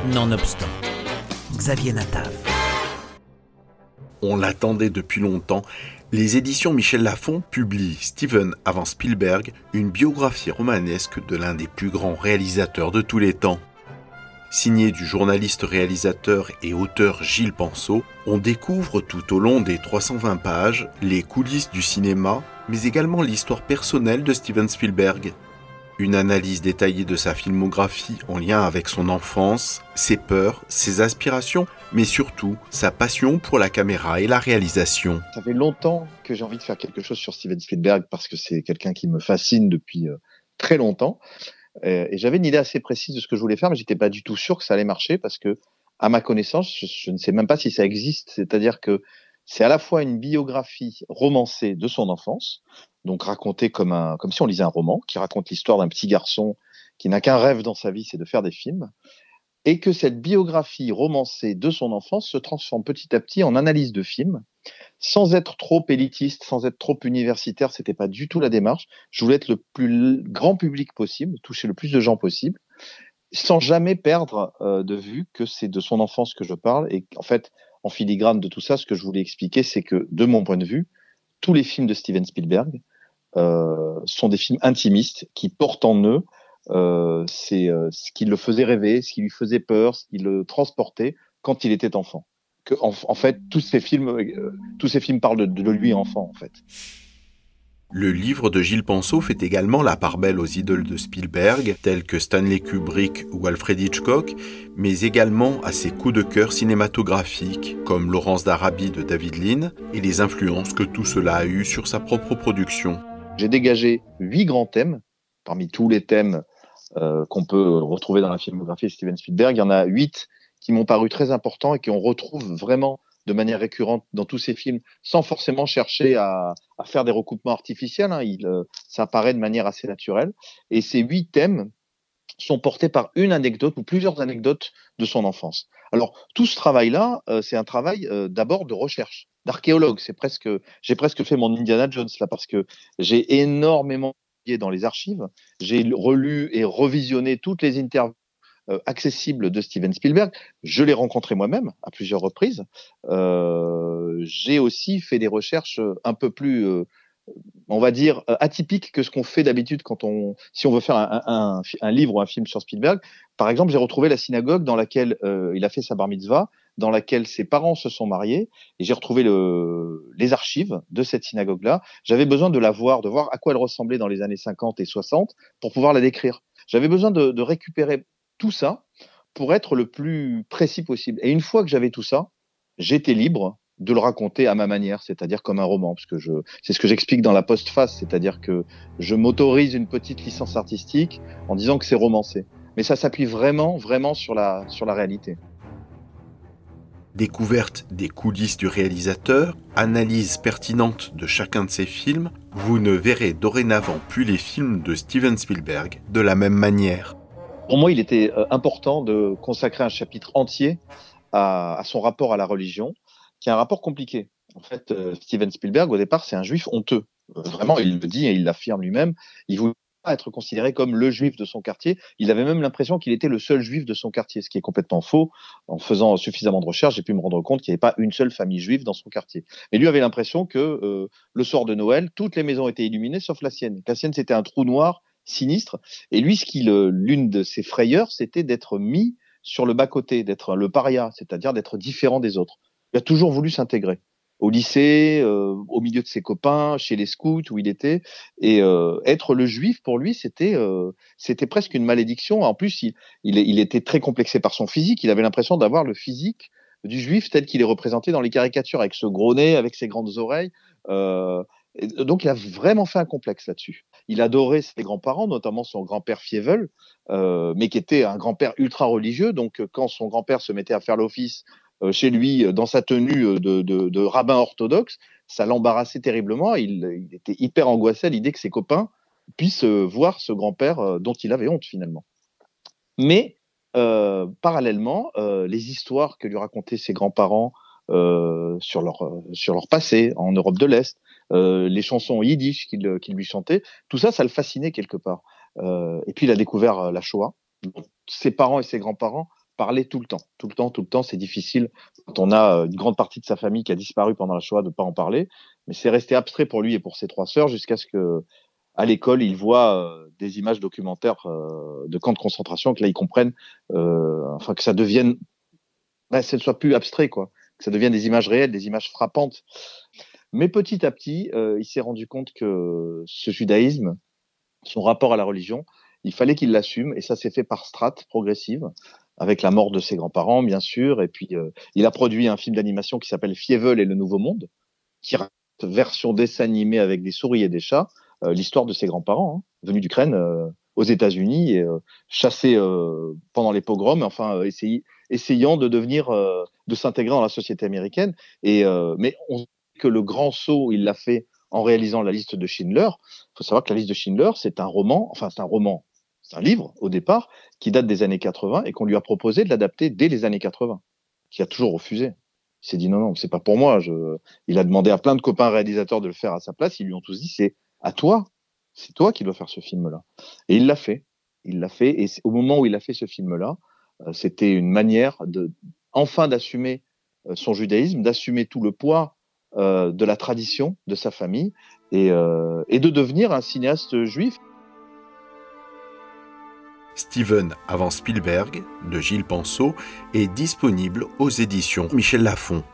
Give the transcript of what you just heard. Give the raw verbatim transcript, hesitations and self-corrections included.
Nonobstant, Xavier Natav. On l'attendait depuis longtemps. Les éditions Michel Lafon publient Steven avant Spielberg, une biographie romanesque de l'un des plus grands réalisateurs de tous les temps. Signé du journaliste réalisateur et auteur Gilles Penseau, on découvre tout au long des trois cent vingt pages les coulisses du cinéma, mais également l'histoire personnelle de Steven Spielberg. Une analyse détaillée de sa filmographie en lien avec son enfance, ses peurs, ses aspirations, mais surtout sa passion pour la caméra et la réalisation. Ça fait longtemps que j'ai envie de faire quelque chose sur Steven Spielberg parce que c'est quelqu'un qui me fascine depuis euh, très longtemps. Euh, et j'avais une idée assez précise de ce que je voulais faire, mais j'étais pas du tout sûr que ça allait marcher parce que, à ma connaissance, je, je ne sais même pas si ça existe. C'est-à-dire que c'est à la fois une biographie romancée de son enfance, donc racontée comme un, comme si on lisait un roman, qui raconte l'histoire d'un petit garçon qui n'a qu'un rêve dans sa vie, c'est de faire des films, et que cette biographie romancée de son enfance se transforme petit à petit en analyse de films, sans être trop élitiste, sans être trop universitaire. C'était pas du tout la démarche. Je voulais être le plus grand public possible, toucher le plus de gens possible, sans jamais perdre euh, de vue que c'est de son enfance que je parle. Et en fait, en filigrane de tout ça, ce que je voulais expliquer, c'est que, de mon point de vue, tous les films de Steven Spielberg euh, sont des films intimistes qui portent en eux euh, c'est euh, ce qui le faisait rêver, ce qui lui faisait peur, ce qui le transportait quand il était enfant. Que, en, en fait, tous ces films, euh, tous ces films parlent de, de lui enfant, en fait. Le livre de Gilles Penseau fait également la part belle aux idoles de Spielberg, tels que Stanley Kubrick ou Alfred Hitchcock, mais également à ses coups de cœur cinématographiques, comme Laurence d'Arabie de David Lean, et les influences que tout cela a eu sur sa propre production. J'ai dégagé huit grands thèmes, parmi tous les thèmes euh, qu'on peut retrouver dans la filmographie de Steven Spielberg. Il y en a huit qui m'ont paru très importants et qu'on retrouve vraiment de manière récurrente dans tous ces films, sans forcément chercher à, à faire des recoupements artificiels. Hein. Il, euh, ça apparaît de manière assez naturelle. Et ces huit thèmes sont portés par une anecdote ou plusieurs anecdotes de son enfance. Alors, tout ce travail-là, euh, c'est un travail euh, d'abord de recherche, d'archéologue. C'est presque, j'ai presque fait mon Indiana Jones là, parce que j'ai énormément dans les archives. J'ai relu et revisionné toutes les interviews Euh, accessible de Steven Spielberg. Je l'ai rencontré moi-même à plusieurs reprises. Euh, j'ai aussi fait des recherches un peu plus, euh, on va dire, atypiques que ce qu'on fait d'habitude quand on, si on veut faire un, un, un livre ou un film sur Spielberg. Par exemple, j'ai retrouvé la synagogue dans laquelle euh, il a fait sa bar mitzvah, dans laquelle ses parents se sont mariés, et j'ai retrouvé le, les archives de cette synagogue-là. J'avais besoin de la voir, de voir à quoi elle ressemblait dans les années cinquante et soixante pour pouvoir la décrire. J'avais besoin de, de récupérer tout ça pour être le plus précis possible. Et une fois que j'avais tout ça, j'étais libre de le raconter à ma manière, c'est-à-dire comme un roman, parce que je, c'est ce que j'explique dans la postface, c'est-à-dire que je m'autorise une petite licence artistique en disant que c'est romancé. Mais ça s'appuie vraiment, vraiment sur la, sur la réalité. Découverte des coulisses du réalisateur, analyse pertinente de chacun de ses films, vous ne verrez dorénavant plus les films de Steven Spielberg de la même manière. Pour moi, il était euh, important de consacrer un chapitre entier à, à son rapport à la religion, qui est un rapport compliqué. En fait, euh, Steven Spielberg, au départ, c'est un juif honteux. Euh, vraiment, il le dit et il l'affirme lui-même. Il voulait pas être considéré comme le juif de son quartier. Il avait même l'impression qu'il était le seul juif de son quartier, ce qui est complètement faux. En faisant suffisamment de recherches, j'ai pu me rendre compte qu'il n'y avait pas une seule famille juive dans son quartier. Mais lui avait l'impression que euh, le soir de Noël, toutes les maisons étaient illuminées, sauf la sienne. La sienne, c'était un trou noir sinistre. Et lui, ce qui le, l'une de ses frayeurs, c'était d'être mis sur le bas-côté, d'être le paria, c'est-à-dire d'être différent des autres. Il a toujours voulu s'intégrer au lycée, euh, au milieu de ses copains, chez les scouts où il était, et euh, être le juif pour lui, c'était euh, c'était presque une malédiction. En plus, il, il, il était très complexé par son physique. Il avait l'impression d'avoir le physique du juif tel qu'il est représenté dans les caricatures, avec ce gros nez, avec ses grandes oreilles. Euh, et donc, il a vraiment fait un complexe là-dessus. Il adorait ses grands-parents, notamment son grand-père Fievel, euh, mais qui était un grand-père ultra religieux. Donc, quand son grand-père se mettait à faire l'office euh, chez lui, dans sa tenue de, de, de rabbin orthodoxe, ça l'embarrassait terriblement. Il, il était hyper angoissé à l'idée que ses copains puissent euh, voir ce grand-père euh, dont il avait honte finalement. Mais euh, parallèlement, euh, les histoires que lui racontaient ses grands-parents euh, sur leur sur leur passé en Europe de l'Est, euh, les chansons yiddish qu'il qu'il lui chantait, tout ça, ça le fascinait quelque part. Euh, et puis il a découvert la Shoah. Ses parents et ses grands-parents parler tout le temps, tout le temps, tout le temps. C'est difficile quand on a une grande partie de sa famille qui a disparu pendant la Shoah de pas en parler, mais c'est resté abstrait pour lui et pour ses trois sœurs jusqu'à ce que, à l'école, ils voient euh, des images documentaires euh, de camps de concentration, que là ils comprennent, euh, enfin que ça devienne, bah, que ce ne soit plus abstrait, quoi, que ça devienne des images réelles, des images frappantes. Mais petit à petit, euh, il s'est rendu compte que ce judaïsme, son rapport à la religion, il fallait qu'il l'assume, et ça s'est fait par strates progressives, avec la mort de ses grands-parents, bien sûr, et puis euh, il a produit un film d'animation qui s'appelle Fievel et le Nouveau Monde, qui raconte version dessin animé avec des souris et des chats, euh, l'histoire de ses grands-parents, hein, venus d'Ukraine euh, aux États-Unis et euh, chassés euh, pendant les pogroms, enfin euh, essayant, essayant de devenir, euh, de s'intégrer dans la société américaine. Et euh, mais on sait que le grand saut, il l'a fait en réalisant la liste de Schindler. Il faut savoir que la liste de Schindler, c'est un roman, enfin c'est un roman, c'est un livre au départ qui date des années quatre-vingts et qu'on lui a proposé de l'adapter dès les années quatre-vingts, qui a toujours refusé. Il s'est dit non, non, c'est pas pour moi. Je... Il a demandé à plein de copains réalisateurs de le faire à sa place. Ils lui ont tous dit c'est à toi, c'est toi qui dois faire ce film-là. Et il l'a fait. Il l'a fait. Et au moment où il a fait ce film-là, euh, c'était une manière de enfin d'assumer euh, son judaïsme, d'assumer tout le poids euh, de la tradition de sa famille et, euh, et de devenir un cinéaste juif. Steven avant Spielberg, de Gilles Penseau, est disponible aux éditions Michel Lafon.